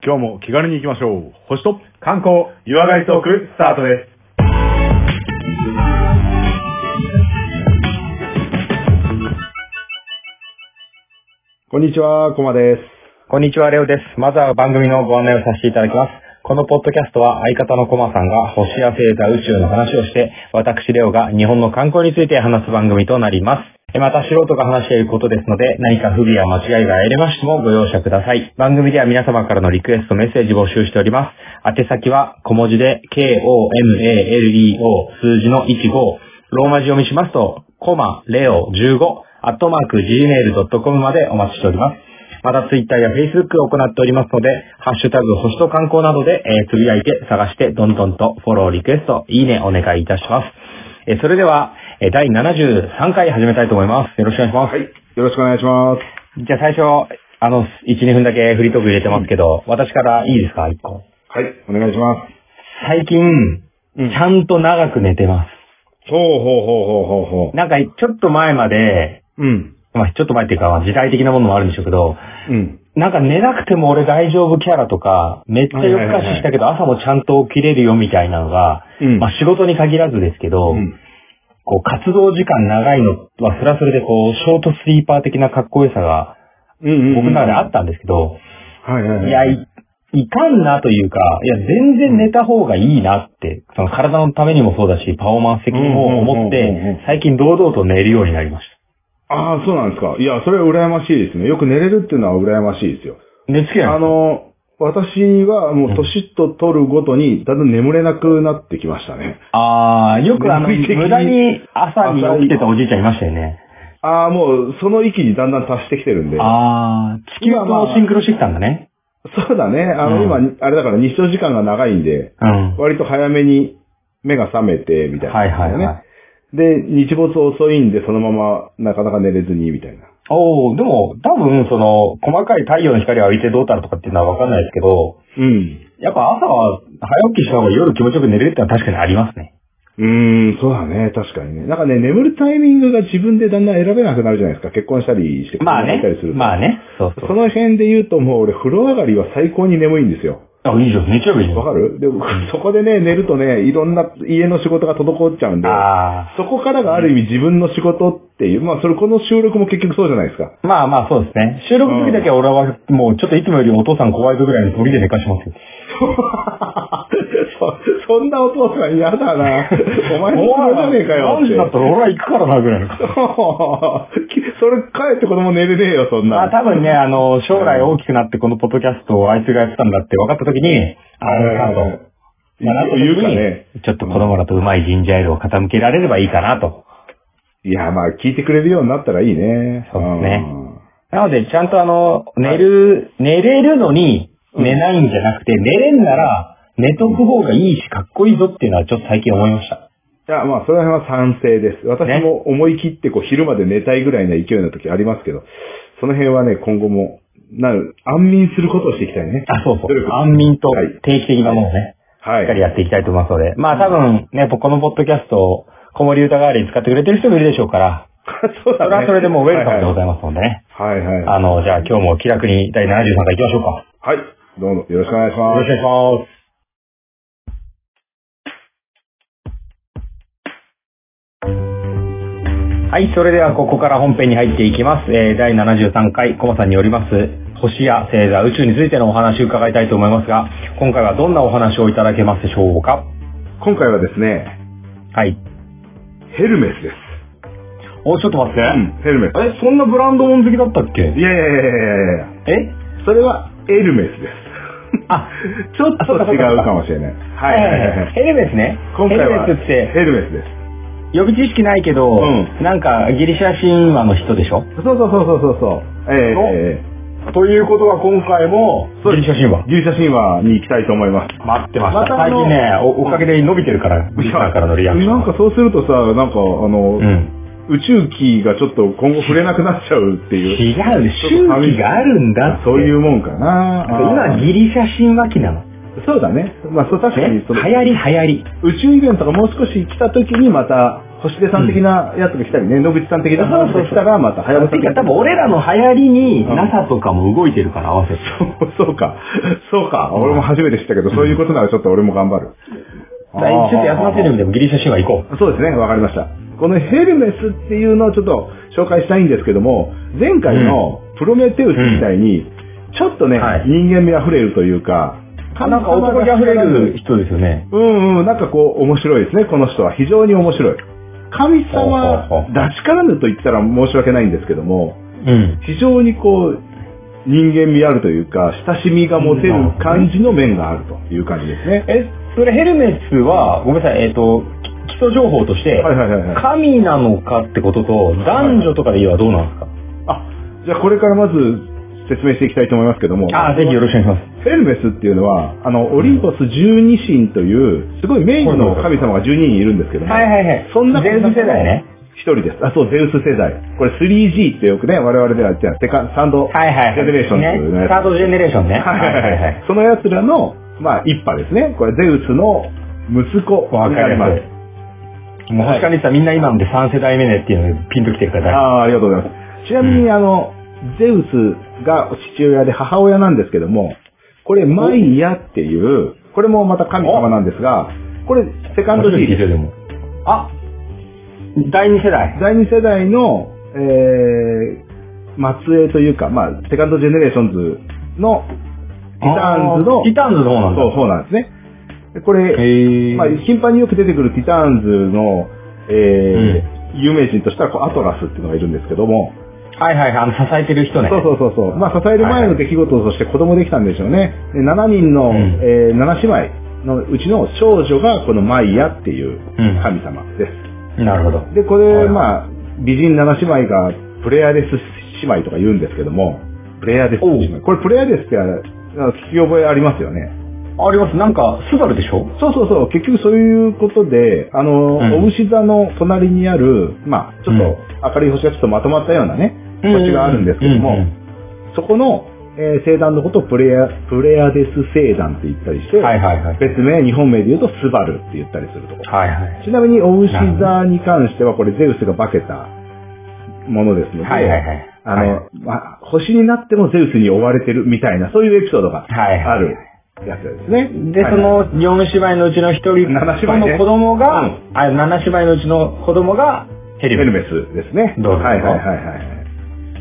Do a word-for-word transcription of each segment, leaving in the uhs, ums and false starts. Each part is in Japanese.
今日も気軽に行きましょう。星と観光湯上がりトークスタートです。 こんにちは、コマです。 こんにちは、レオです。まずは番組のご案内をさせていただきます。このポッドキャストは相方のコマさんが星や星座宇宙の話をして、私レオが日本の観光について話す番組となります。また素人が話していることですので、何か不備や間違いが得れましてもご容赦ください。番組では皆様からのリクエスト、メッセージ募集しております。宛先は小文字で ケーオーエムエーエルイーオー 数字のじゅうご、ローマ字読みしますと、コマレオじゅうご、アットマーク ジーメールドットコム までお待ちしております。またツイッターやフェイスブックを行っておりますので、ハッシュタグ星と観光などで、えー、つぶやいて探してどんどんとフォロー、リクエスト、いいねお願いいたします。えー、それでは、えー、だいななじゅうさんかい始めたいと思います。よろしくお願いします。 はい。よろしくお願いします。 じゃあ最初、あの、いち、にふんだけフリートーク入れてますけど、私からいいですか、いっこ。 はい、お願いします。 最近、うん、ちゃんと長く寝てます。 ほうほうほうほうほうほう。 なんか、ちょっと前まで、 うん。 まあ、ちょっと前っていうか、時代的なものもあるんでしょうけど、 うん。 なんか寝なくても俺大丈夫キャラとか、めっちゃ夜更かししたけど朝もちゃんと起きれるよみたいなのが、うん、まあ仕事に限らずですけど、うん、こう活動時間長いのはそれはそれでこう、ショートスリーパー的なかっこよさが、僕の中であったんですけど、いや、い、いかんなというか、いや、全然寝た方がいいなって、その体のためにもそうだし、パフォーマンス的にも思って、最近堂々と寝るようになりました。 ああ、そうなんですか。いや、それは羨ましいですね。よく寝れるっていうのは羨ましいですよ。 寝つけない。 あの、私はもう年と取るごとにだんだん眠れなくなってきましたね。 ああ、よくあの、無駄に朝に起きてたおじいちゃんいましたよね。 ああ、もうその域にだんだん達してきてるんで。 ああ、地球とシンクロしてきたんだね。 そうだね。あの、うん、今、あれだから日照時間が長いんで、うん、割と早めに目が覚めて、みたいな、ね。はいはいはい。で、日没遅いんで、そのままなかなか寝れずに、みたいな。 おー、でも、多分、その、細かい太陽の光を浴びてどうたらとかっていうのはわかんないですけど、うん。やっぱ朝は早起きした方が夜気持ちよく寝れるってのは確かにありますね。 うーん、そうだね、確かにね。なんかね、眠るタイミングが自分でだんだん選べなくなるじゃないですか。結婚したりして、 まあね。 たりすると。 まあね。そうそう。 その辺で言うともう俺、風呂上がりは最高に眠いんですよ。 あ、いいじゃん。寝ちゃえばいいじゃん。 わかる？でも、そこでね、寝るとね、いろんな家の仕事が滞っちゃうんで、あそこからがある意味自分の仕事っていう、まあ、それ、この収録も結局そうじゃないですか。 まあまあ、そうですね。収録の時だけは俺はもう、ちょっといつもよりお父さん怖いぞぐらいの鳥で寝かしますよ。 そ, そんなお父さん嫌だな。お前のつもりじゃねえかよって。 何時だったら俺は行くからなぐらいの。 それ帰って子供寝れねえよ、そんな。 まあ多分ね、あの、将来大きくなってこのポッドキャストをあいつがやってたんだって分かった時に、あの、ちゃんと、 言うかね。 ちょっと子供らとうまいジンジャーエールを傾けられればいいかなと。 いや、まあ聞いてくれるようになったらいいね。 そうですね。なので、ちゃんとあの、寝る、寝れるのに寝ないんじゃなくて、寝れんなら、寝とく方がいいし、かっこいいぞっていうのはちょっと最近思いました。 いや、まあ、それは賛成です。私も思い切ってこう、昼まで寝たいぐらいな勢いの時ありますけど、その辺はね、今後も、なる、安眠することをしていきたいね。 あ、そうそう。安眠と定期的なものをね、はい、しっかりやっていきたいと思いますので、まあ多分ね、このポッドキャストを子守歌代わりに使ってくれてる人もいるでしょうから、そうだね。それはそれでもうウェルカムでございますのでね。はいはい。あの、じゃあ今日も気楽にだいななじゅうさんかい行きましょうか。 はい。どうもよろしくお願いします。 よろしくお願いします。はい、それではここから本編に入っていきます。えー、だいななじゅうさんかい、コマさんによります、星や星座、宇宙についてのお話を伺いたいと思いますが、今回はどんなお話をいただけますでしょうか？ 今回はですね、 はい。 ヘルメスです。 お、ちょっと待って。 うん、ヘルメス。 え、そんなブランド物好きだったっけ？いやいやいやいやいやえそれはエルメスです。あ、ちょっと違うかもしれない。 はいはいはい。ヘルメスね。 今回はヘルメスって、 ヘルメスです。 予備知識ないけど、うん、なんかギリシャ神話の人でしょ？ そうそうそうそうそう。ええー、ということは今回もギリシャ神話。 ギリシャ神話に行きたいと思います。 待ってました。また最近ねお、おかげで伸びてるから、ビさんからのリアクション。 なんかそうするとさ、なんかあの、うん、宇宙機がちょっと今後触れなくなっちゃうっていう。 違う、周期があるんだって。 そういうもんかな。 今ギリシャ神話期なの。 そうだね。まあ、そう確かにその、 流行り流行り。 宇宙イベントがもう少し来た時にまた星出さん的なやつが来たりね、野口さん的な話が来たら、また、はやぶさ。 てか、多分俺らの流行りに ナサ とかも動いてるから合わせて。 そう、そうか。そうか。俺も初めて知ったけど、そういうことならちょっと俺も頑張る。 ちょっと安田テレビでもギリシャ神話行こう。そうですね、わかりました。このヘルメスっていうのをちょっと紹介したいんですけども、前回のプロメテウスみたいに、ちょっとね、人間味あふれるというか、 なんか男気あふれる人ですよね。 うんうん、なんかこう面白いですね、この人は。非常に面白い。神様らしからぬと言ったら申し訳ないんですけども、うん、非常にこう、人間味あるというか、親しみが持てる感じの面があるという感じですね。 え、それヘルメスは、ごめんなさい、えっと、基礎情報として、はいはいはいはい、神なのかってことと、男女とかで言えばどうなんですか？ あ、じゃあこれからまず説明していきたいと思いますけども。 あ、ぜひよろしくお願いします。 ヘルメスっていうのは、あの、オリンポスじゅうに神という、すごいメインの神様がじゅうににんいるんですけども。 はいはいはい。 そんなゼウス世代ね。 一人です。あ、そう、ゼウス世代。これ スリージー ってよくね、我々では言ってセカサンドジェネレーションっていうね。サードジェネレーションね。 はいはいはいはい。その奴らの、まあ、一派ですね。これゼウスの息子になります。 もう確かにさ、みんな今のでさん世代目ねっていうのがピンときてるから。 ああ、ありがとうございます。ちなみに、あの、ゼウスが父親で母親なんですけども、これマイヤっていう、これもまた神様なんですが、これセカンド G です。 あ、第二世代。 第二世代の、えー、末裔というか、まあ、セカンドジェネレーションズのティターンズの、 ティターンズの方なんだ。 そう、そうなんですね。これ、まあ、頻繁によく出てくるティターンズの、えー、うん、有名人としてはアトラスっていうのがいるんですけども、 はいはいはい、あの、支えてる人ね。 そうそうそうそう。まあ、支える前の出来事として子供できたんでしょうね。でななにんの、うん、えー、なな姉妹のうちの少女がこのマイヤっていう神様です。 うん、なるほど。 で、これ、はい、まあ、美人なな姉妹がプレアデス姉妹とか言うんですけども、プレアデス姉妹。これプレアデスって聞き覚えありますよね。 あります。なんか、スバルでしょ？ そうそうそう。結局そういうことで、あの、うん、お牛座の隣にある、まあ、ちょっと明るい星がちょっとまとまったようなね、星があるんですけども、うんうんうん、そこの、えー、星団のことをプレア、プレアデス星団って言ったりして、はいはいはい、別名、日本名で言うとスバルって言ったりするところ。はいはい、ちなみに、お牛座に関しては、これゼウスが化けたものですので、はいはいはい、あの、はいまあ、星になってもゼウスに追われてるみたいな、そういうエピソードがある。はいはいやつですね。 で、はい、そのよん姉妹のうちのひとりの子供が、うん、あ、なな姉妹のうちの子供がヘルメス。 ヘルメスですね。 どうぞ。 はいはいはいはい。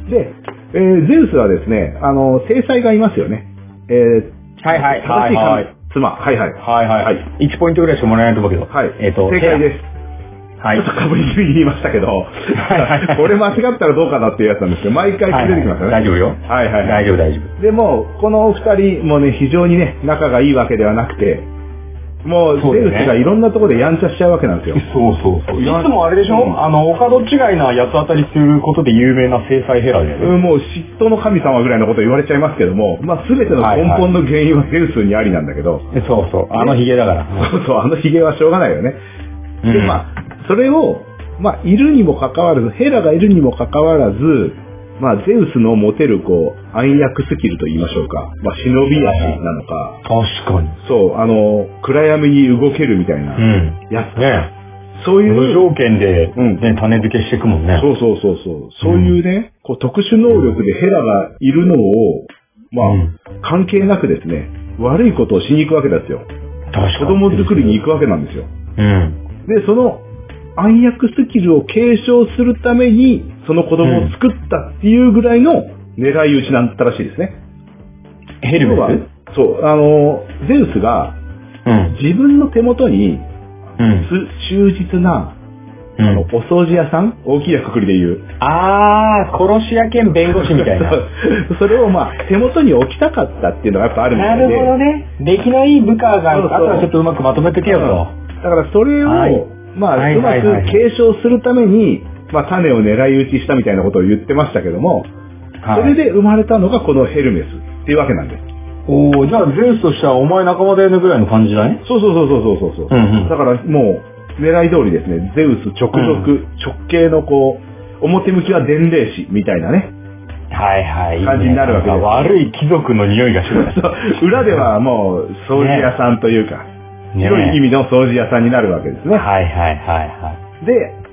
で、えー、ゼウスはですね、あの、正妻がいますよね。えー、はいはいはいはい。 妻。はいはい。 はいはい。はい、いちポイントぐらいしかもらえないと思うけど。 はい。 えっ、ー、と、 正解です。はい。ちょっとかぶり気味に言いましたけど、これ間違ったらどうかなっていうやつなんですけど、毎回出てきますよね。 大丈夫よ。 はいはい。 大丈夫大丈夫。 でも、このお二人もね、非常にね、仲がいいわけではなくて、もう、ゼウスがいろんなところでやんちゃしちゃうわけなんですよ。 そうそうそう。いつもあれでしょ、うん、あの、お門違いな八つ当たりすることで有名な正妻ヘラですよ、ね。 うん、もう嫉妬の神様ぐらいのこと言われちゃいますけども、まあ、すべての根本の原因はゼウスにありなんだけど。はいはい、そうそう。あのヒゲだから。 そうそう、あのヒゲはしょうがないよね。うん、で、まあ、それを、まあ、いるにもかかわらず、ヘラがいるにもかかわらず、まあ、ゼウスの持てる、こう、暗躍スキルと言いましょうか。まあ、忍び足なのか。 確かに。 そう、あの、暗闇に動けるみたいなやつ。うん、ね。そういう。 無条件で、うん、ね、種付けしていくもんね。 そうそうそうそう。そういうね、こう、特殊能力でヘラがいるのを、まあ、うん、関係なくですね、悪いことをしに行くわけですよ。確かに。子供作りに行くわけなんですよ。うん。で、その、暗躍スキルを継承するために、その子供を作ったっていうぐらいの狙い撃ちなんだったらしいですね。 ヘルメス？そう、あの、ゼウスが、うん、自分の手元に、うん、忠実な、うん、あの、お掃除屋さん大きいくくりで言う。 あー、殺し屋兼弁護士みたいな。 それをまあ、手元に置きたかったっていうのがやっぱあるみたいで。 なるほどね。出来のいい部下が、あとはちょっとうまくまとめてけよと。 だからそれを、はい、まあ、うまく継承するために、まあ、種を狙い撃ちしたみたいなことを言ってましたけども、はい、それで生まれたのがこのヘルメスっていうわけなんです。 おー、じゃあゼウスとしてはお前仲間だよねぐらいの感じだね。 そうそうそうそうそうそう、うんうん。だからもう、狙い通りですね、ゼウス直属、うん、直系のこう、表向きは伝令師みたいなね。 はいはい。 感じになるわけです。 悪い貴族の匂いがする。 裏ではもう、掃除屋さんというか、ね、広い意味の掃除屋さんになるわけですね。 はいはいはいはい。 で、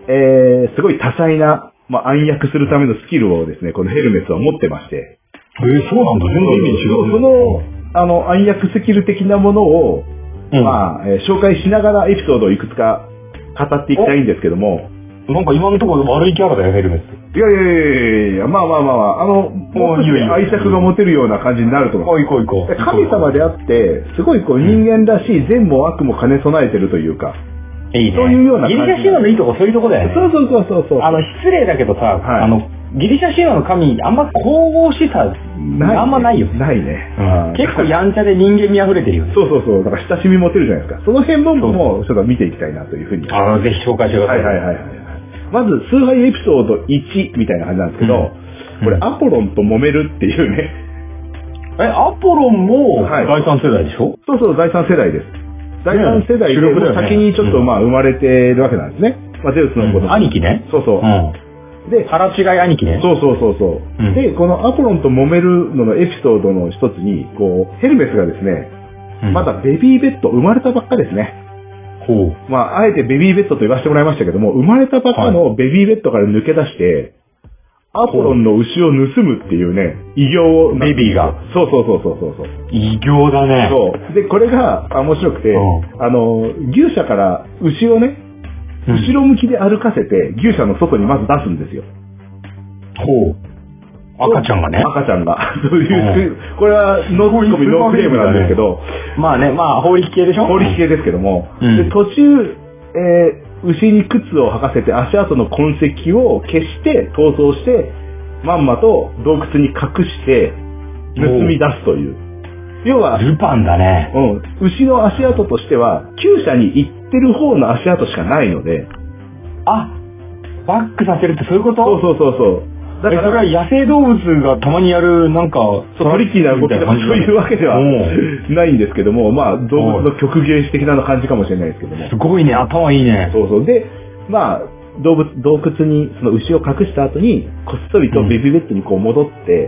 えー、すごい多彩な、まあ、暗躍するためのスキルをですね、このヘルメスは持ってまして。 えー、そうなんだ。全然意味違う。 その、あの、暗躍スキル的なものを、うん、まあ、えー、紹介しながらエピソードをいくつか語っていきたいんですけども。 なんか今のところ悪いキャラだよ、ヘルメス。 いやいやいやいや、まあまあまあまあ、あの、もう愛着が持てるような感じになると思う。 行こう行こう。 神様であって、すごいこう人間らしい善も悪も兼ね備えてるというか。 いいね。 そういうような感じ。ギリシャ神話のいいとこそういうとこだよね。 そうそうそうそうそう。 あの、失礼だけどさ、はい、あの、ギリシャ神話の神、あんま神々しさ、ないあんまないよ。 ないね。 うん、結構やんちゃで人間味あふれてるよね。 そうそうそう。だから親しみ持てるじゃないですか。その辺ももうちょっと見ていきたいなというふうに。 あの、ぜひ紹介してください。 はいはいはいはい。まず、崇拝エピソードいちみたいな感じなんですけど、うん、これ、アポロンと揉めるっていうね。 え、アポロンもだいさん世代でしょ、はい、 そうそう、だいさん世代です。だいさん世代で、ね、先にちょっとまあ生まれてるわけなんですね。まあ、ゼウスの子供、 うん。兄貴ね。 そうそう。うんで、腹違い兄貴ね。 そうそうそうそう、うん。で、このアポロンと揉めるののエピソードの一つに、こう、ヘルメスがですね、うん、まだベビーベッド、生まれたばっかですね。 ほう。 まあ、あえてベビーベッドと言わせてもらいましたけども、生まれたばっかのベビーベッドから抜け出して、はい、アポロンの牛を盗むっていうね、偉業を。 ベビーが。 そうそうそうそうそう。 偉業だね。 そう。で、これが面白くて、うん、あの、牛舎から牛をね、後ろ向きで歩かせて、牛舎の外にまず出すんですよ。 ほう。赤ちゃんがね。 赤ちゃんが。そういう、これはノーツッコミノークレームなんですけど。 まあね、まあ法力系でしょ？ 法力系ですけども。うん、で途中、えー、牛に靴を履かせて足跡の痕跡を消して逃走して、まんまと洞窟に隠して盗み出すという。要は、 ルパンだね。 うん。牛の足跡としては、厩舎に行ってる方の足跡しかないので。 あ、バックさせるってそういうこと？ そうそうそうそう。 だから、それは野生動物がたまにやる、なんか、 そうトリッキーな動きとかそういうわけではないんですけども、まあ、動物の極限的な感じかもしれないですけども。 すごいね、頭いいね。 そうそう。で、まあ、動物、洞窟にその牛を隠した後に、こっそりとベビーベッドにこう戻って、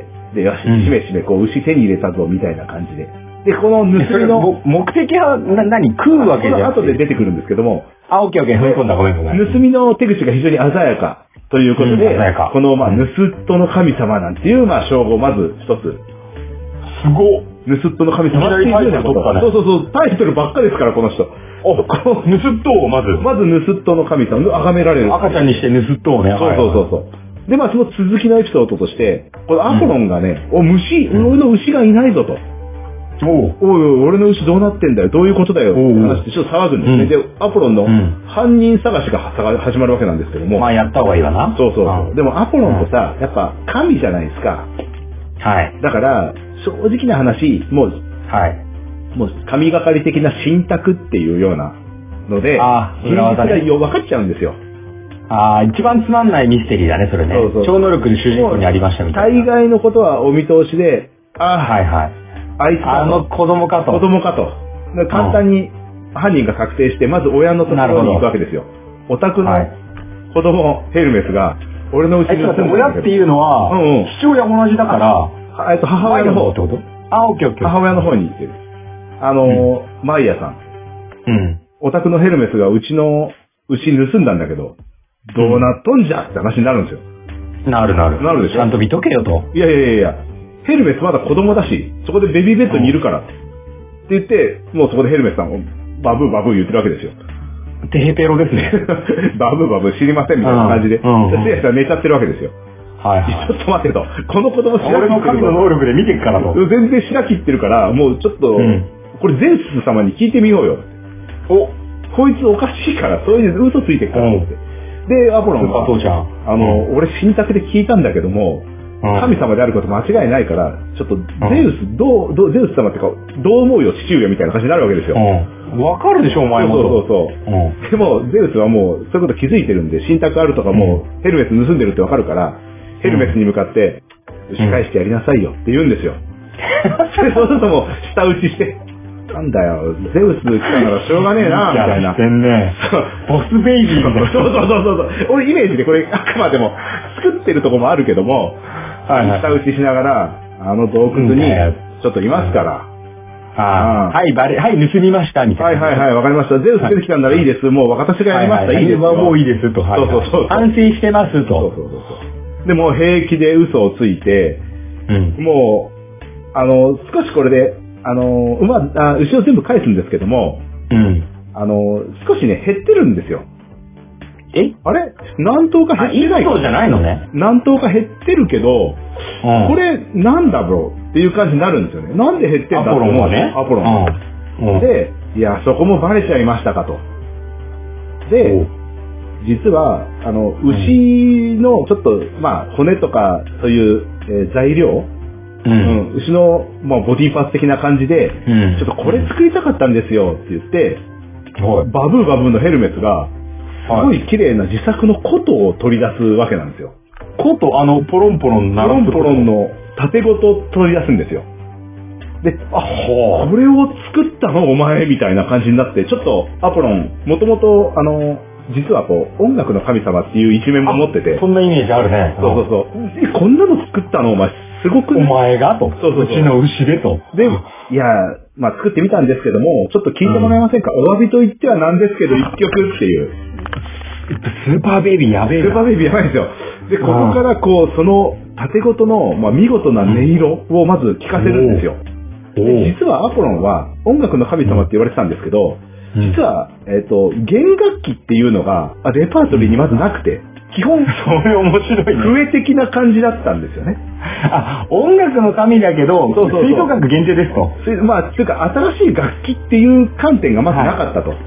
で、よし、しめしめ、こう、牛手に入れたぞ、みたいな感じで。で、この盗みの。 目的は、な、何食うわけじゃなくて。 後で出てくるんですけども。 あ、オッケーオッケー、踏み込んだ、ごめんごめん。 盗みの手口が非常に鮮やかということで、うん、この、まあ、盗人の神様なんていう、まあ、称号、まず一つ。 すごっ。 盗人の神様っていうようなこと。そうそうそう、タイトルばっかですから、この人。 お、この盗人をまず。 まず盗人の神様、崇められる。 赤ちゃんにして盗人をね。 そうそうそうそう。で、まあ、その続きのエピソードとして、このアポロンがね、うん、お、虫、俺の牛がいないぞと。おうおい、俺の牛どうなってんだよ、どういうことだよって話してちょっと騒ぐんですね。うん、で、アポロンの犯人探しが始まるわけなんですけども。 まあ、やった方がいいわな。 そうそうそう。でもアポロンってさ、やっぱ神じゃないですか。 はい。 だから、正直な話、もう、 はい。 もう神がかり的な信託っていうようなので、 ああ、裏技が分かっちゃうんですよ。 ああ、一番つまんないミステリーだね、それね。そうそう。超能力で主人公にありましたみたいな。 大概のことはお見通しで、ああ、はいはい。あいつあの子供かと。 子供かと。簡単に犯人が確定して、まず親のところに行くわけですよ。お宅の子供、ヘルメスが、俺のうちに住んでる。 親っていうのは、うんうん、父親同じだから、 えっと、母親の方ってこと？ あ、オッケーオッケー。 母親の方に行ってる。あのー、うん、マイヤさん。 うん。 お宅のヘルメスがうちの牛盗んだんだけど、どうなっとんじゃって話になるんですよ。 なるなる。 なるでしょ。 ちゃんと見とけよと。 いやいやいやいや。ヘルメスまだ子供だし、そこでベビーベッドにいるから。って言って、もうそこでヘルメスさんをバブーバブー言ってるわけですよ。 テヘペロですね。 バブーバブー知りませんみたいな感じで。うんうん、で、寝ちゃってるわけですよ。 はい、はい。 ちょっと待ってと。この子供知ら俺の神の能力で見てっからと。 全然白切ってるから、もうちょっと、うん、これゼウス様に聞いてみようよ。 お、 こいつおかしいから、そういう嘘ついてるからって。で、アポロンが、あの、うん、俺信託で聞いたんだけども、神様であること間違いないから、ちょっと、ゼウス、どう、どう、ゼウス様ってか、どう思うよ、父上みたいな感じになるわけですよ。 うん。わかるでしょ、お前も。 そうそうそう。うん、でも、ゼウスはもう、そういうこと気づいてるんで、信託あるとかもう、ヘルメス盗んでるってわかるから、ヘルメスに向かって、牛返してやりなさいよって言うんですよ。そうするともう、舌打ちして、なんだよ、ゼウス来たならしょうがねえな、みたいな。 してんね。ボスベイビーみたいな。 そうそうそうそう。俺イメージでこれ、あくまでも、作ってるとこもあるけども、はいはい、下打ちしながら、あの洞窟に、ちょっといますから、 ああ、はい、バレ、はい、盗みました、みたいな。 はいはいはい、わかりました。ゼウス出てきたんならいいです。もう私がやりました、いいです。 もういいですと。 そうそうそう。 反省してますと。 そうそうそう。でも平気で嘘をついて、うん、もう、あの、少しこれで、あの、馬、あ、牛を全部返すんですけども、うん。あの、少しね、減ってるんですよ。 えあれ何頭か減ってないか。 そうじゃないのね。 何頭か減ってるけど、うん、これなんだろうっていう感じになるんですよね。なんで減ってんだと思う。アポロンはね。アポロン。うん、で、いや、そこもバレちゃいましたかと。で、実は、あの、牛のちょっと、まあ、骨とか、そういう、えー、材料、うんうん、牛の、まあ、ボディーパーツ的な感じで、うん、ちょっとこれ作りたかったんですよって言って、うん、バブーバブーのヘルメットが、すごい綺麗な自作の琴を取り出すわけなんですよ。 琴、あの、ポロンポロンなポロンポロンの縦ごと取り出すんですよ。で、あ、これを作ったのお前みたいな感じになって、ちょっとアポロン、もともと、あの、実はこう、音楽の神様っていう一面も持ってて。 そんなイメージあるね。 そうそうそう。え、こんなの作ったのお前、すごくね。お前がと。 そうそうそう。 うちの牛でと。 で、いや、まあ作ってみたんですけども、ちょっと聞いてもらえませんか、うん、お詫びと言ってはなんですけど、一曲っていう。 スーパーベイビーやべえな。 スーパーベイビーやばいんですよ。で、ここからこう、その縦ごとの、まあ、見事な音色をまず聞かせるんですよ。で実はアポロンは音楽の神様って言われてたんですけど、うん、実は、えっと、弦楽器っていうのがレパートリーにまずなくて、基本、 それ面白いね。 笛的な感じだったんですよね。 あ、音楽の神だけど、そうそうそう、吹奏楽限定ですと。 まあ、っていうか、新しい楽器っていう観点がまずなかったと。はい、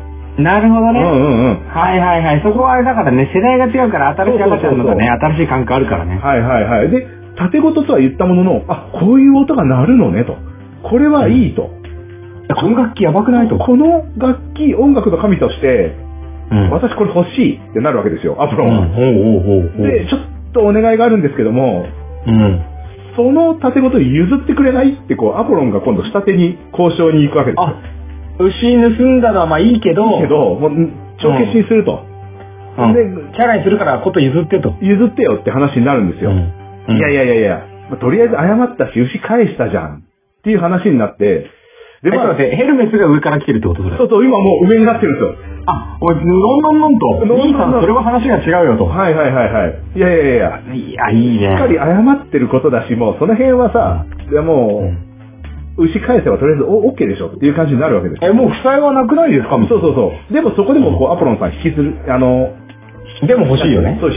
なるほどね。 うんうんうん。 はいはいはい。そこはあれだからね、世代が違うから新しい赤ちゃんのがね、新しい感覚あるからね。 はいはいはい。で、縦ごととは言ったものの、あ、こういう音が鳴るのねと。これはいいと。 うん、この楽器やばくないと。 この楽器、音楽の神として、うん、私これ欲しいってなるわけですよ、アポロンは。うん、で、ちょっとお願いがあるんですけども、うん、その縦ごとに譲ってくれないってこう、アポロンが今度下手に交渉に行くわけですよ。 あ、牛盗んだのはまあいいけど、 いいけど、もう、帳消しにすると。 うん、で、チャラにするからこと譲ってと。 譲ってよって話になるんですよ。うんうん、いやいやいやいや、まあ、とりあえず謝ったし、牛返したじゃんっていう話になって、 で、まあ、ヘルメスが上から来てるってことそれ。 そうそう、今もう上になってるんですよ。 あ、おい、のんのんのんと。兄さん、それは話が違うよと。 はいはいはいはい。いやいやいやいや。 いや、いいね。 しっかり謝ってることだし、もうその辺はさ、いやもう、うん牛返せばとりあえずオッケーでしょっていう感じになるわけです。 え、もう負債はなくないですか？ そうそうそう。でもそこでもこう、アポロンさん引きずる、あの、 でも欲しいよね。 そう、うん、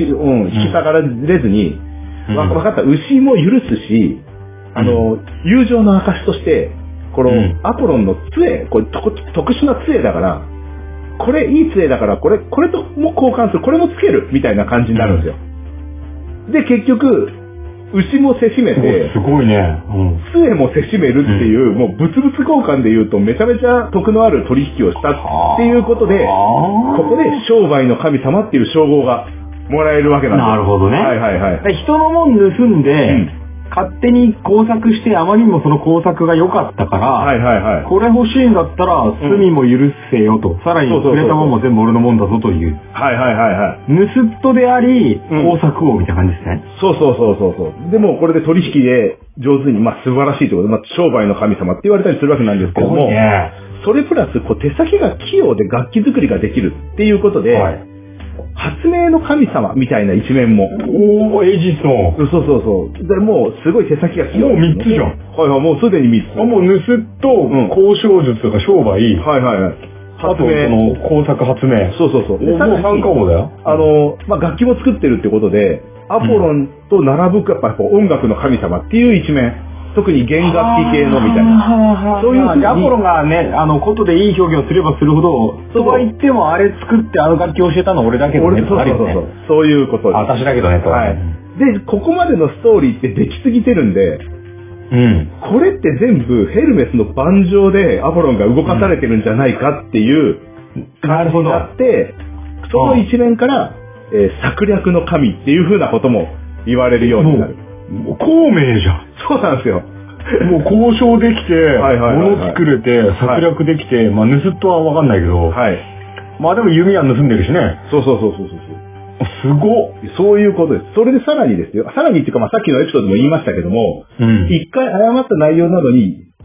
引き下がられずに、うん、わ、わかった、牛も許すし、あの、うん、友情の証として、この、うん、アポロンの杖、これ特殊な杖だから、これいい杖だから、これ、これとも交換する、これもつける、みたいな感じになるんですよ。うん、で、結局、牛もせしめて、 すごいね。 うん。杖もせしめるっていう、うん、もう物々交換で言うとめちゃめちゃ得のある取引をしたっていうことで、ここで商売の神様っていう称号がもらえるわけなんです。 なるほどね。 はいはいはい。 人のもん盗んで、うん、勝手に工作してあまりにもその工作が良かったから、はいはいはい、これ欲しいんだったら罪も許せよと、うん、さらにくれたもんも全部俺のもんだぞという。 はいはいはいはい。 盗っ人であり、工作王みたいな感じですね。 そうそうそうそうそう。でもこれで取引で上手に、まあ素晴らしいということで、まあ商売の神様って言われたりするわけなんですけども、ね、それプラスこう手先が器用で楽器作りができるっていうことで、はい、発明の神様みたいな一面も。 おー、エジソン。 そうそうそう。で、もうすごい手先が器用、 ね。もうみっつじゃん。 はいはい、もうすでにみっつ。 あ、もう盗っと、交渉術とか商売。うん、 はいはいはい。 あと、その、工作発明。 そうそうそう。 で、もう参加王だよ。 あの、まあ、楽器も作ってるってことで、アポロンと並ぶやっぱ音楽の神様っていう一面。特に弦楽器系のみたいな。 そういうふうに。アポロンがね、あの、ことでいい表現をすればするほど、そうは言ってもあれ作ってあの楽器を教えたの俺だけどね。 俺、そうそうそうそう。そういうことです。 私だけどね、と。 はい。で、ここまでのストーリーってできすぎてるんで、うん。これって全部ヘルメスの盤上でアポロンが動かされてるんじゃないかっていう感じになって、その一面から、えー、策略の神っていう風なことも言われるようになる。 もう孔明じゃん。 そうなんですよ。 もう交渉できて、物作れて、策略できて、はい、まあ盗っ人はわかんないけど、はい、まあでも弓は盗んでるしね。 そうそうそうそうそう。 すごっ。 そういうことです。それでさらにですよ。さらにっていうか、まあさっきのエピソードでも言いましたけども、うん、一回謝った内容なのに、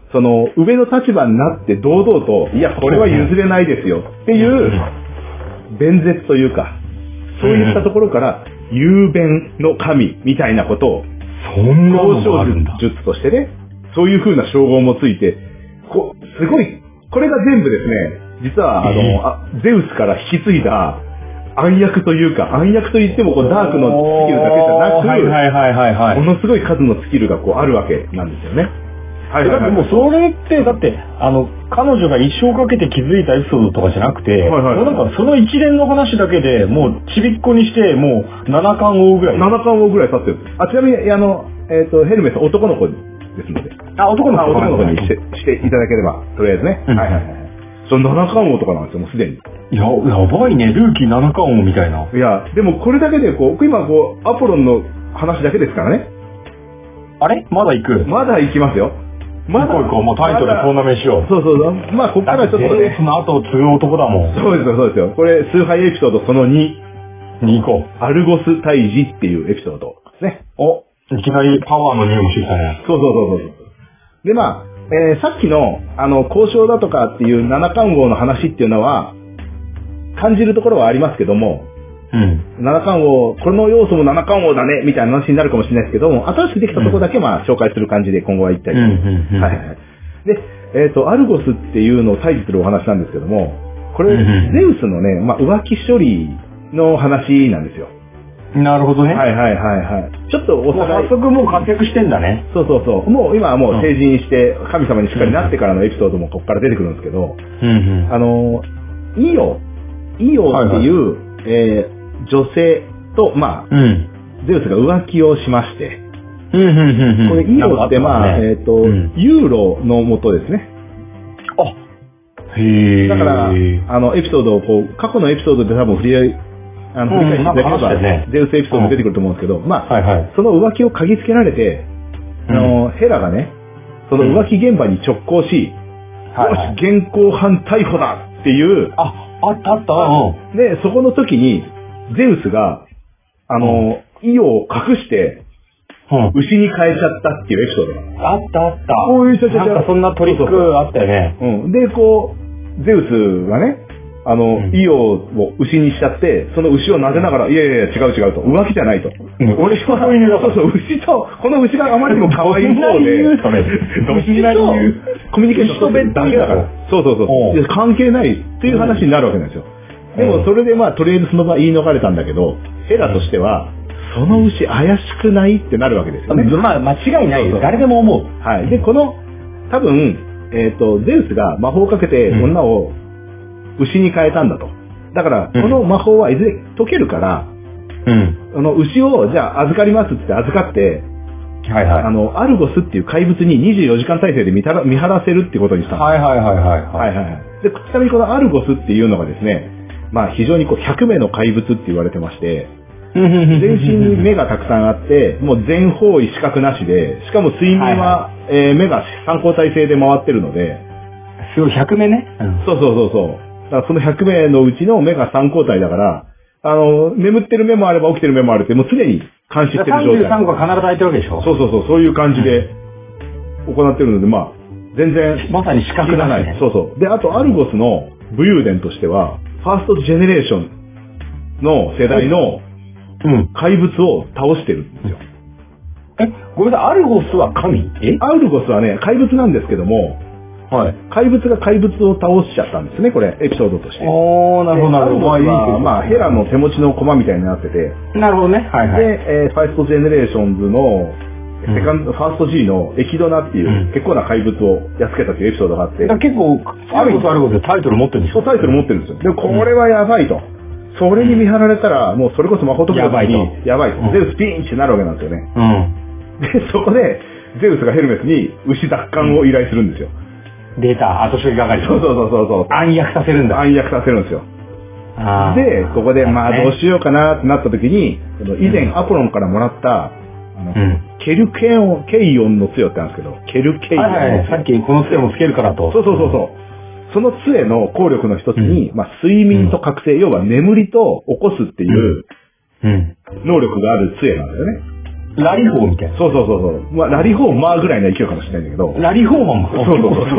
その、上の立場になって堂々と、いや、これは譲れないですよっていう、弁舌というか、そういったところから、雄弁の神みたいなことを、 そんなのがあるんだ。 術としてね、そういう風な称号もついて、こすごい、これが全部ですね、実は、あの、えー、あゼウスから引き継いだ暗躍というか、暗躍といってもこうダークのスキルだけじゃなく、 はいはいはいはいはい、 ものすごい数のスキルがこうあるわけなんですよね。 はいはいはい、だってもうそれって、だって、あの、彼女が一生かけて気づいたエピソードとかじゃなくて、はいはいはい、もうなんかその一連の話だけでもうちびっこにして、もうななかん王ぐらい。 ななかん王ぐらい経ってる。あ、ちなみに、あの、えっ、ー、と、ヘルメス男の子ですので。 あ、男の子男の子にして、していただければ、とりあえずね。うん、はいはいはい。そのななかん王とかなんですよ、もうすでに。 いや、やばいね、ルーキーななかん王みたいな。 いや、でもこれだけでこう、今こう、アポロンの話だけですからね。 あれまだ行くまだ行きますよ。 まだ行こう、もうタイトルトーナメンしよう。 そうそうそう。まあ、ここからちょっとね。 その後を継ぐ男だもん。 そうですよ、そうですよ。これ、崇拝エピソードそのに。 に行こう。アルゴス退治っていうエピソードですね。 お、いきなりパワーのにもしてきたね。 そうそうそうそう。で、まあ、えー、さっきの、あの、交渉だとかっていう七冠王の話っていうのは、感じるところはありますけども、 うん。 七冠王、この要素も七冠王だね、みたいな話になるかもしれないですけども、新しくできたところだけまあ紹介する感じで今後は言ったり。 うんうんうん、 はいはい。で、えっ、ー、と、アルゴスっていうのを対峙するお話なんですけども、これ、うんうん、ゼウスのね、まあ浮気処理の話なんですよ。 なるほどね。 はいはいはいはい。ちょっとおさらい。 早速もう活躍してんだね。 そうそうそう。もう今はもう成人して神様にしっかりなってからのエピソードもここから出てくるんですけど、 うんうん、 あの、イオ、イオっていう、はいはい、えー女性と、まあ、 うん、 ゼウスが浮気をしまして、 うんうんうんうん、 これ、イオって、まあ、ね、えっ、ー、と、うん、ユーロの元ですね。 あ、へー。 だから、あの、エピソードを、こう、過去のエピソードで多分振り、あの、振り返っていただければ、ね、ゼウスエピソード出てくると思うんですけど、うん、まあ、はいはい、その浮気を嗅ぎつけられて、あの、うん、ヘラがね、その浮気現場に直行し、うん、よし、現行犯逮捕だっていう、 あ、あったあった、うん。で、そこの時に、ゼウスが、あの、うん、イオを隠して、うん、牛に変えちゃったっていうエピソードが。 あったあった。 こういうちゃちゃなんかそんなトリックあったよね。 うん。で、こう、ゼウスがね、あの、うん、イオを牛にしちゃって、その牛を撫でながら、いやいやいや、違う違うと。浮気じゃないと。 うん、俺はそういうそうそう、牛と、この牛があまりにも可愛い方で、牛とコミュニケーション取ってるだけだから。そうそうそう。関係ないっていう話になるわけなんですよ。でもそれでまあとりあえずその場言い逃れたんだけど、ヘラとしては、その牛怪しくないってなるわけですよね。 まあ間違いないよ。誰でも思う。 はい。で、この、多分、えっと、ゼウスが魔法をかけて女を牛に変えたんだと。だから、この魔法はいずれ解けるから、 うん。 あの、牛をじゃあ預かりますって預かって、 はいはい。 あの、アルゴスっていう怪物ににじゅうよじかん体制で見たら見張らせるってことにしたんです。 はいはいはいはい。 はいはいはい。で、ちなみにこのアルゴスっていうのがですね、まあ非常にこうひゃくめいの怪物って言われてまして、全身に目がたくさんあって、もう全方位視覚なしで、しかも睡眠は、はいはい、えー、目が三交代制で回ってるので、 すごいひゃくめいね、 うん。そうそうそうそう。だからそのひゃくめいのうちの目がさん交代だから、あの、眠ってる目もあれば起きてる目もあるって、もう常に監視してる状態。 さんじゅうさんこは必ず空いてるわけでしょ。 そうそうそう、そういう感じで行ってるので、まあ、全然。 まさに視覚がない、ね。 そうそう。で、あとアルゴスの武勇伝としては、ファーストジェネレーションの世代の怪物を倒してるんですよ。 うん、え、ごめんなさい、アルゴスは神？え？ アルゴスはね、怪物なんですけども、 はい。 怪物が怪物を倒しちゃったんですね、これ、エピソードとして。 おー、なるほど、なるほど。 アルゴスは、まあ、ヘラの手持ちの駒みたいになってて。 なるほどね。はいはい。 で、えー、ファーストジェネレーションズの、セカンド、うん、ファースト G のエキドナっていう、うん、結構な怪物をやっつけたっていうエピソードがあって。 結構、アルゴスアルゴスでタイトル持ってるんでしょ？ そう、タイトル持ってるんですよ。で、これはやばいと。それに見張られたら、もうそれこそ誠にやばいと。 やばいと。ゼウスピーンってなるわけなんですよね。 うん。 で、そこで、ゼウスがヘルメスに牛奪還を依頼するんですよ。 出た、後処理係。 そうそうそうそう。 暗躍させるんだ。 暗躍させるんですよ。で、ここで、まあ、どうしようかなってなった時に、以前アポロンからもらった、あの、うん、ケルケオン、ケイオンの杖ってあるんですけど、ケルケイオン。 はいはい、さっきこの杖もつけるからと。 そうそうそうそう。その杖の効力の一つに、うん、まあ、睡眠と覚醒、うん、要は眠りと起こすっていう、能力がある杖なんだよね。 ラリホーみたいな。 そうそうそうそう。まあ、ラリホーマーぐらいの勢いかもしれないんだけど。 ラリホーマンもそうそうそうそう。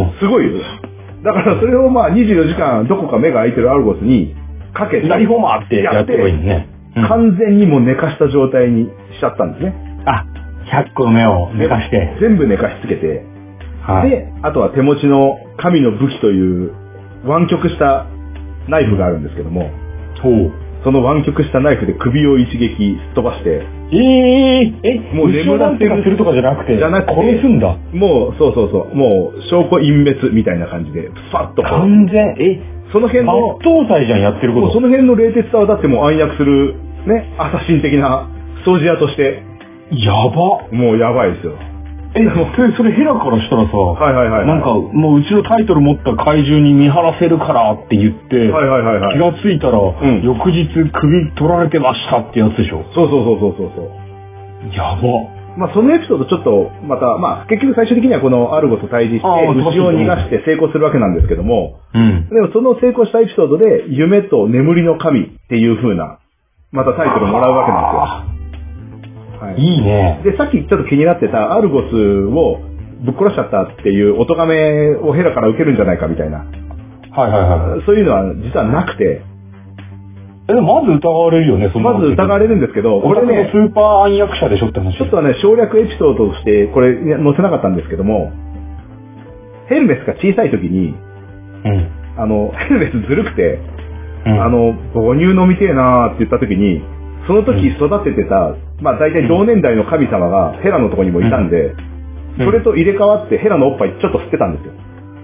すごいよ。だからそれをまあにじゅうよじかんどこか目が開いてるアルゴスにかけて。 ラリホーマーってやってればいいんね。 うん、完全にもう寝かした状態にしちゃったんですね。 あ、ひゃっこの目を寝かして。 全部寝かしつけて。はい、で、あとは手持ちの神の武器という湾曲したナイフがあるんですけども。 ほう。 その湾曲したナイフで首を一撃すっ飛ばして。 えー、え、もう眠らせるするとかじゃなくて、 じゃなくて殺すんだ。 もう、そうそうそう、もう証拠隠滅みたいな感じで、スパッとこう。 完全、え、 その辺の、 抜刀斎じゃんやってること。 その辺の冷徹さはだってもう暗躍する、ね、アサシン的な掃除屋として。 やば。 もうやばいですよ。 え、それヘラからしたらさ、 はいはいはい、はい。 なんか、もううちのタイトル持った怪獣に見張らせるからって言って、 はいはいはいはい、 気がついたら、うん、翌日首取られてましたってやつでしょ。 そうそうそうそうそう。 やば。 まあそのエピソードちょっと、また、まあ結局最終的にはこのアルゴと対峙して、牛を逃がして成功するわけなんですけども、うん、でもその成功したエピソードで、夢と眠りの神っていう風な、またタイトルをもらうわけなんですよ。 はい、いいね。 で、さっきちょっと気になってたアルゴスをぶっ殺しちゃったっていう音亀をヘラから受けるんじゃないかみたいな。 はいはいはい。 そういうのは実はなくて。 え、でもまず疑われるよね、そのまず疑われるんですけど、 これね、スーパー暗躍者でしょって話。 ちょっとね、省略エピソードとして、これ載せなかったんですけども、ヘルメスが小さい時に、うん、あの、ヘルメスずるくて、うん、あの、母乳飲みてえなーって言った時に、その時育ててた、うん、まあ大体同年代の神様がヘラのとこにもいたんで、うん、それと入れ替わってヘラのおっぱいちょっと吸ってたんですよ。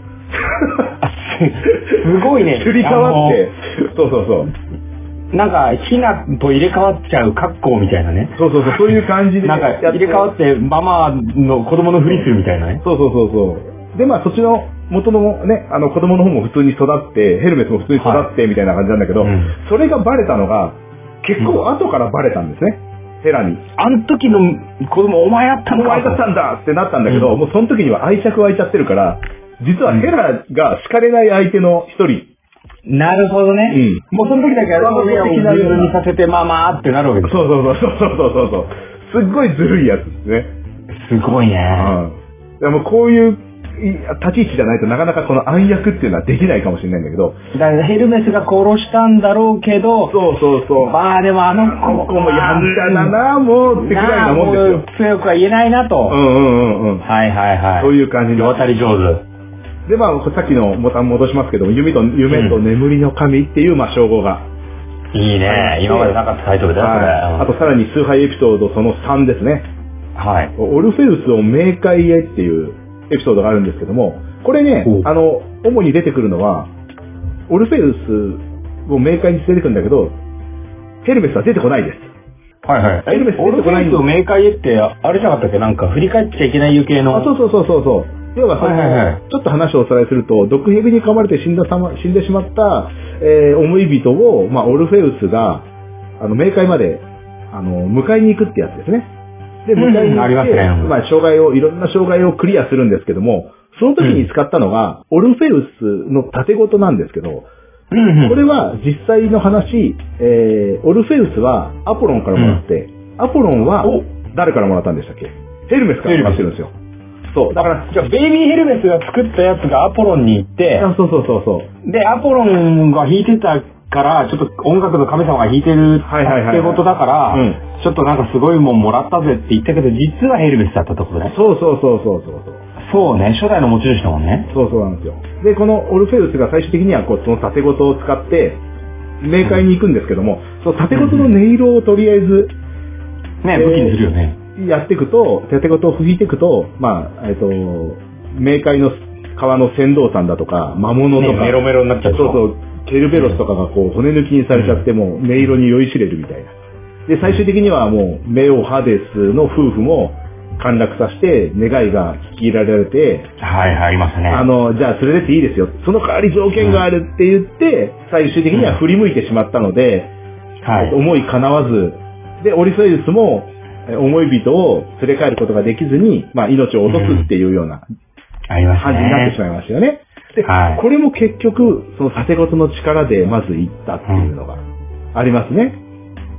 すごいね。 すり替わって、そうそうそう。 なんか、ヒナと入れ替わっちゃう格好みたいなね。 そうそうそう、そういう感じで。 なんか、入れ替わってママの子供のふりするみたいなね。 そうそうそうそう。で、まあそっちの元のね、あの子供の方も普通に育って、ヘルメスも普通に育ってみたいな感じなんだけど、はい、うん、それがバレたのが、結構後からバレたんですね。ヘラに。 あの時の子供お前だったんだ。 お前だったんだってなったんだけど、うん、もうその時には愛着湧いちゃってるから、実はヘラが好かれない相手の一人。 なるほどね。うん。もうその時だけは目をずるにさせて、まあまあってなるわけです。 そうそうそうそうそうそうそう。すっごいずるいやつですね。 すごいね。 うん。でもこういう立ち位置じゃないとなかなかこの暗躍っていうのはできないかもしれないんだけど。 だからヘルメスが殺したんだろうけど。 そうそうそう。 まあでもあの子もやんちゃだな、もうってくらいなもんですよ。強くは言えないなと。 うんうんうんうん。 はいはいはい。 そういう感じで。渡り上手。 で、まあ、さっきのボタン戻しますけども、夢と、夢と眠りの神っていう、まあ、称号が。 いいね。今までなかったタイトルだよ、これ。 あと、さらに崇拝エピソードそのさんですね。 はい。 オルフェウスを冥界へっていうエピソードがあるんですけども、これね、あの、主に出てくるのは、オルフェウスを冥界に連れてくるんだけど、ヘルメスは出てこないです。 はいはい。ヘルメス出てこないんです。オルフェウスを冥界へって、あれじゃなかったっけ、なんか振り返っちゃいけない系の。 あ、そうそうそうそうそう。要はその、はいはいはい、ちょっと話をおさらいすると、毒蛇に噛まれて死んださま、死んでしまった、えー、思い人を、まあ、オルフェウスが、あの、冥界まで、あの、迎えに行くってやつですね。で、迎えに行って、うん、ありますね、まあ、障害を、いろんな障害をクリアするんですけども、その時に使ったのが、うん、オルフェウスの盾事なんですけど、うんうん、これは実際の話、えー、オルフェウスはアポロンからもらって、うん、アポロンは誰からもらったんでしたっけ？ヘルメスからもらってるんですよ。そう。だから、 じゃあ、ベイビーヘルメスが作ったやつがアポロンに行って、 あ、そうそうそうそう。 で、アポロンが弾いてたから、ちょっと音楽の神様が弾いてるってことだから、ちょっとなんかすごいもんもらったぜって言ったけど、実はヘルメスだったってことね。 そうそうそうそうそう。 そうね、初代の持ち主だもんね。 そうそうなんですよ。で、このオルフェウスが最終的にはこう、その盾事を使って、冥界に行くんですけども、うん、その盾事の音色をとりあえず、 うん、ね、武器にするよね。 やっていくと、盾事を吹いていくと、まあ、えっと、冥界の川の船頭さんだとか、魔物とか、 ね、メロメロになっちゃう。 そうそう、ケルベロスとかがこう、骨抜きにされちゃって、もう、音色に酔いしれるみたいな。で、最終的にはもう、メオ・ハデスの夫婦も陥落させて、願いが聞き入れられて、 はいはい、ありますね。 あの、じゃあ連れてっていいですよ。その代わり条件があるって言って、最終的には振り向いてしまったので、はい、思い叶わず、で、オリフェウスも、思い人を連れ帰ることができずに、まあ、命を落とすっていうような感じになってしまいましたよね。で、はい、これも結局、その盾事の力でまず行ったっていうのがありますね。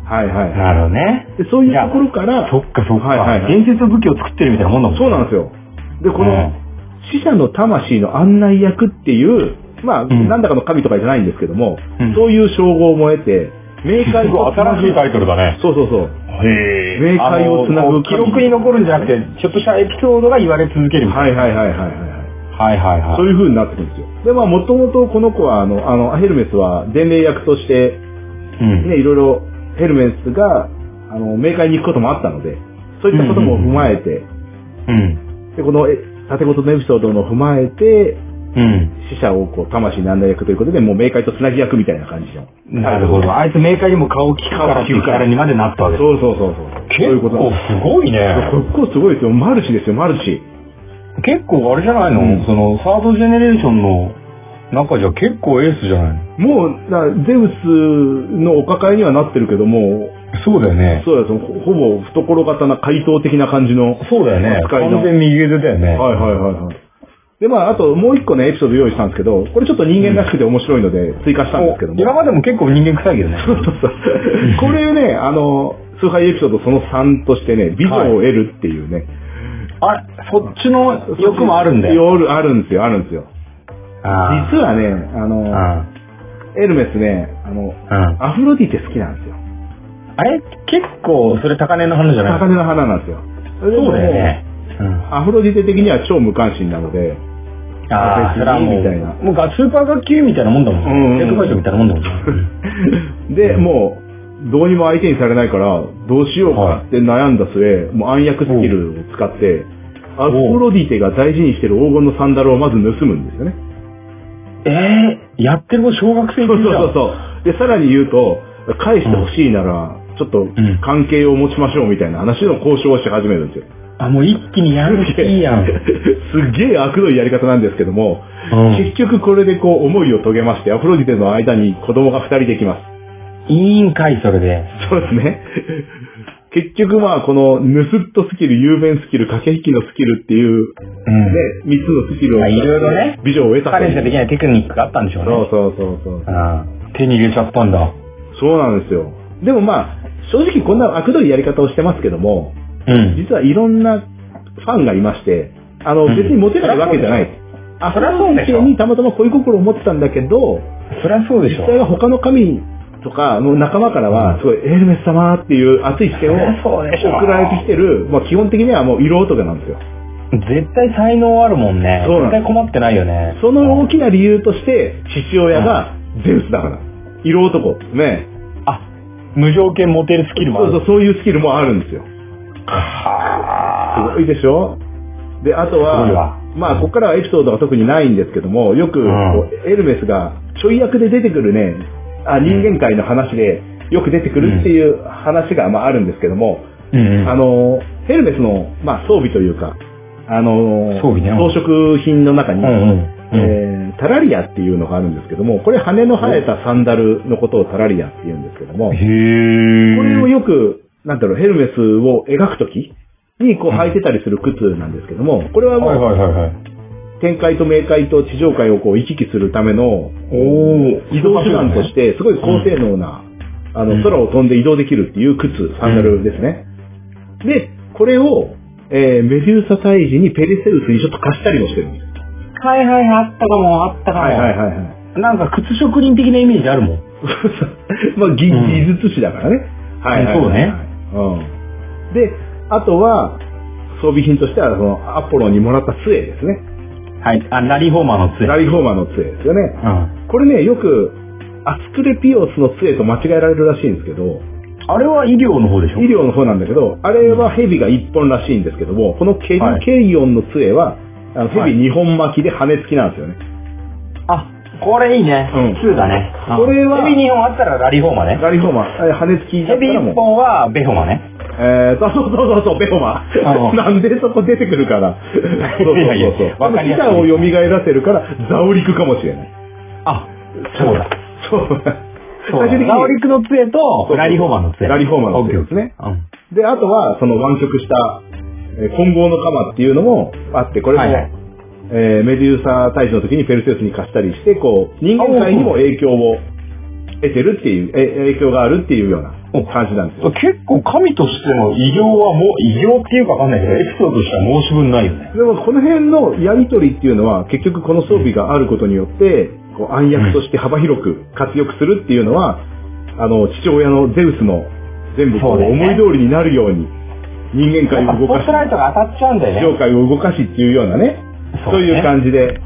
はいはい。 なるほどね。 で、そういうところから、 そっかそっか。 はいはいはい、 伝説の武器を作ってるみたいなもんだもんね。 そうなんですよ。で、この、死者の魂の案内役っていう、まあ、うん、なんだかの神とかじゃないんですけども、うん、そういう称号をも得て、冥界を新しいタイトルだね。 そうそうそう。 へ冥界をつなぐ記録に残るんじゃなくて、ちょっとしたエピソードが言われ続けるみたいな。 はいはいはいはいはい。 はいはいはい。 そういう風になってくるんですよ。で、まあ、もともとこの子は、あの、あの、ヘルメスは伝令役として、うん、ね、いろいろ、ヘルメスが、あの、冥界に行くこともあったので、そういったことも踏まえて、うん。で、この、縦言のエピソードの踏まえて、うん。死者をこう、魂に案内役ということで、もう冥界とつなぎ役みたいな感じの。 なるほど。あいつ冥界にも顔を聞くからっていうキャラにまでなったわけです。 そうそうそうそう。 結構すごいね。 結構すごいですよ。マルチですよ、マルチ。 結構あれじゃないの、うん、その、サードジェネレーションの中じゃ結構エースじゃないのもう、だゼウスのお抱えにはなってるけども、 そうだよね。 そうです。ほぼ懐型な怪盗的な感じの。 そうだよね。完全右腕だよね。 はいはいはいはい。で、まあ、あともう一個ね、エピソード用意したんですけど、これちょっと人間らしくて面白いので追加したんですけども。 今までも結構人間臭いけどね。 そうそうそう。これね、あの、崇拝エピソードそのさんとしてね、ビジョンを得るっていうね。 はい、あれ、そっちの欲もあるんだよ。 あるんですよ、あるんですよ。あ実はね、あの、あエルメスね、あの、アフロディテ好きなんですよ。 あれ結構、それ高嶺の花じゃない高嶺の花なんですよ。 そうだよね。 うん、アフロディテ的には超無関心なので、 ああ、それはもう、みたいな。もうスーパー学級みたいなもんだもん。テッドファイトみたいなもんだもん。 で、もう、どうにも相手にされないから、どうしようかって悩んだ末、もう暗躍スキルを使って、アフロディテが大事にしてる黄金のサンダルをまず盗むんですよね。 ええー、やってる子小学生そうそうそうそう。で、さらに言うと、返してほしいなら、ちょっと関係を持ちましょうみたいな話の交渉をし始めるんですよ。 あ、もう一気にやる気いいやん。 すっげえ悪どいやり方なんですけども、うん、結局これでこう思いを遂げまして、アフロディテの間に子供が二人できます。 いいんかい、それで。 そうですね。結局まあこのヌスッとスキル、雄弁スキル、駆け引きのスキルっていう、うん、ね、三つのスキルを、 まあ、いろいろね、 ビジョンを得た。 彼しかできないテクニックがあったんでしょうね。 そうそうそうそう。 あ手に入れちゃったんだ。 そうなんですよ。でもまあ、正直こんな悪どいやり方をしてますけども、うん、実はいろんなファンがいまして、あの、うん、別にモテないわけじゃない。あ、それはそうでしょ。にたまたま恋心を持ってたんだけど、 それはそうでしょ。 実際は他の神とかの仲間からは、すごい、エルメス様っていう熱い視線を送られてきてる、まあ基本的にはもう色男なんですよ。 絶対才能あるもんね。絶対困ってないよね。 その大きな理由として、父親がゼウスだから。色男。ね。 あ、無条件モテるスキルもある。 そうそう、そういうスキルもあるんですよ。はぁ。すごいでしょ？で、あとは、まあ、ここからはエピソードが特にないんですけども、よく、うん、エルメスがちょい役で出てくるね、あ人間界の話でよく出てくるっていう話が、まあ、あるんですけども、うん、あの、ヘルメスの、まあ、装備というか、あの、装備ね、装飾品の中に、うんうんえー、タラリアっていうのがあるんですけども、これ羽の生えたサンダルのことをタラリアって言うんですけども、へーこれをよく、なんだろう、ヘルメスを描くときにこう履いてたりする靴なんですけども、これはもう、はいはいはいはい、天界と冥界と地上界をこう行き来するための移動手段として、すごい高性能な、うん、あの、空を飛んで移動できるっていう靴、サンダルですね。うん、で、これを、えー、メデューサ退治にペリセウスにちょっと貸したりもしてるんです。 はいはい、あったかも、あったかも。はいはいはい、はい。なんか靴職人的なイメージあるもん。 まあ、技術師だからね。 うん、はいはい、はい。そうね。 うん。で、あとは、装備品としては、その、アポロにもらった杖ですね。 はい。あ、ラリーフォーマーの杖。 ラリーフォーマーの杖ですよね。うん。これね、よく、アスクレピオスの杖と間違えられるらしいんですけど、 あれは医療の方でしょ？ 医療の方なんだけど、あれは蛇が一本らしいんですけども、このケリケイオンの杖は、あの蛇二本巻きで羽付きなんですよね。 あ、これいいね。うん。ツーだね。 これは、 蛇二本あったらラリーフォーマーね。 ラリーフォーマー。羽付きだったらもう。 蛇一本はベホマね。 えーと、そうそうそうそう、ベホマ。なんでそこ出てくるから。そうそうそうそう。わかりやすい。資産を蘇らせるから、ザオリクかもしれない。 あ、そうだ。 そう。 最終的にザオリクの杖とラリーフォーマーの杖。 ラリーフォーマーの杖ですね。うん、で、あとは、その湾曲した、えー、混合の鎌っていうのもあって、これも、はいはい、えー、メデューサ大使の時にペルセウスに貸したりして、こう、人間界にも影響を得てるっていう、え影響があるっていうような感じなんですよ。 結構神としての偉業はもう、偉業っていうかわかんないけど、エピソードとしては申し分ないよね。 でもこの辺のやりとりっていうのは、結局この装備があることによって、こう暗躍として幅広く活躍するっていうのは、うん、あの、父親のゼウスの全部こう思い通りになるように、人間界を動かし、 スポットライトが当たっちゃうんだよね。 地上界を動かしっていうようなね、そういう感じで、うん、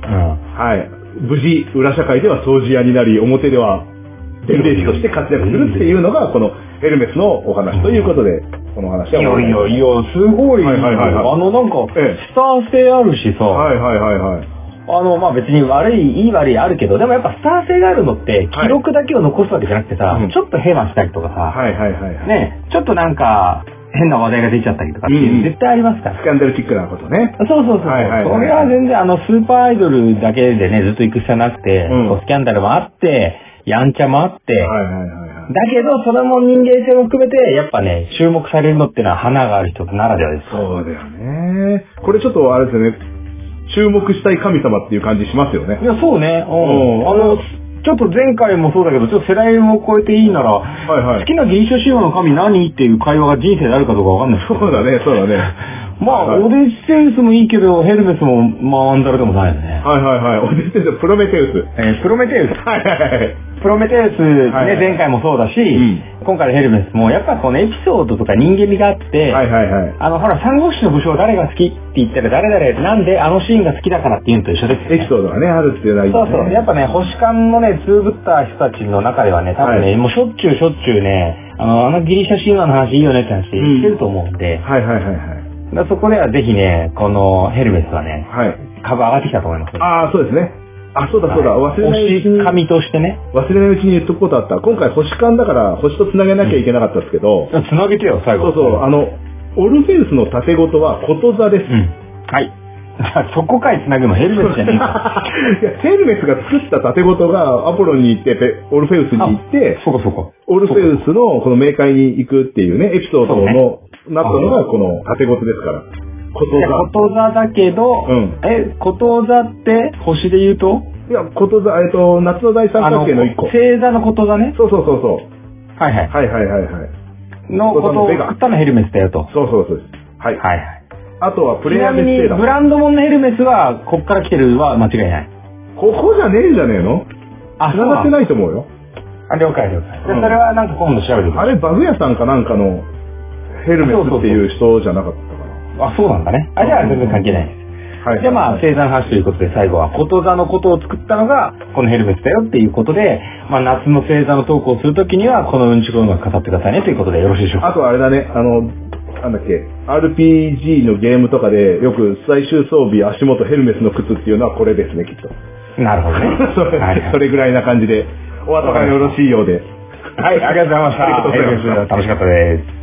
はい。無事、裏社会では掃除屋になり、表では伝令師として活躍するっていうのが、このヘルメスのお話ということで、この話は。 いやいやいや、すごい。はいはいはいはい、あのなんか、ええ、スター性あるしさ。 はいはいはいはい。 あの、まあ、別に悪い、いい悪いあるけど、でもやっぱスター性があるのって、記録だけを残すわけじゃなくてさ、はい、ちょっとヘマしたりとかさ、 はいはいはい、はい。 ね、ちょっとなんか、変な話題が出ちゃったりとかっていう、絶対ありますから。 スキャンダルチックなことね。 そうそうそう。はいはいはい、それは全然あの、スーパーアイドルだけでね、ずっと行く必要なくて、うん、スキャンダルもあって、やんちゃもあって、はいはいはいはい、だけど、それも人間性も含めて、やっぱね、注目されるのってのは花がある人ならではです。 そうだよね。これちょっとあれですよね、注目したい神様っていう感じしますよね。 いや、そうね。うん。あの、ちょっと前回もそうだけど、ちょっと世代を超えていいなら、はいはい、好きなギリシャ神話の神何っていう会話が人生であるかどうかわかんない。 そうだね、そうだね。 まあ、はい、オデッセウスもいいけど、ヘルメスもマンダラでもないよね。 はいはいはい。オデッセウス、プロメテウス。 えー、プロメテウス。はいはいはい。プロメテウスね、はいはい、前回もそうだし、うん、今回のヘルメスも、やっぱこのエピソードとか人間味があって、はいはいはい。あの、ほら、三国志の武将誰が好きって言ったら、誰々、なんであのシーンが好きだからっていうのと一緒ですよね。 エピソードがね、あるっていうのはいいですね。 そうそう。やっぱね、星間のね、つぶった人たちの中ではね、多分ね、はい、もうしょっちゅうしょっちゅうね、あの、あのギリシャ神話の話いいよねって話してると思うんで、うん、 はいはいはいはい。 だそこではぜひね、このヘルメスはね、はい、株上がってきたと思います。 ああ、そうですね。あ、そうだそうだ、はい、忘れないうちに。 星神としてね。 忘れないうちに言っとくことあった。今回星間だから星と繋げなきゃいけなかったんですけど。 うん、繋げてよ、最後。 そうそう、あの、オルフェウスの盾事はこと座です。うん。 はい。そこかい繋ぐのヘルメスじゃねえか。 いや、ヘルメスが作った盾事がアポロンに行って、オルフェウスに行って、 そうかそうか。 オルフェウスのこの冥界に行くっていうね、エピソードの、ね、なったのがこの盾事ですから。 こと座。こと座だけど、うん、え、こと座って星で言うといや、こと座、えっと、夏の大三角形の一個。 星座のこと座ね。 そうそうそうそう。 はいはい。 はいはいはいはい。 のことを作ったのヘルメスだよと。 そうそうそうです。はい。はいはい。あとはプレイヤーメッセージ。 ブランドモンのヘルメスは、こっから来てるは間違いない。 ここじゃねえんじゃねえの？あ、繋がってないと思うよ。 あ、了解了解。で、それはなんか今度調べてください。 あれ、バグ屋さんかなんかのヘルメスっていう人じゃなかったかな。あ、そうなんだね。あ、じゃあ全然関係ないです。はい、で、まあ、星座の話ということで、最後は、こと座のことを作ったのが、このヘルメスだよっていうことで、まあ、夏の星座のトークをするときには、このうんちく音楽語ってくださいねということでよろしいでしょうか。 あとあれだね、あの、なんだっけ、アールピージー のゲームとかで、よく最終装備、足元ヘルメスの靴っていうのはこれですね、きっと。 なるほどね。 それ、はい、それぐらいな感じで、お後がよろしいようで。 はい、ありがとうございました。 ありがとうございました。 楽しかったです。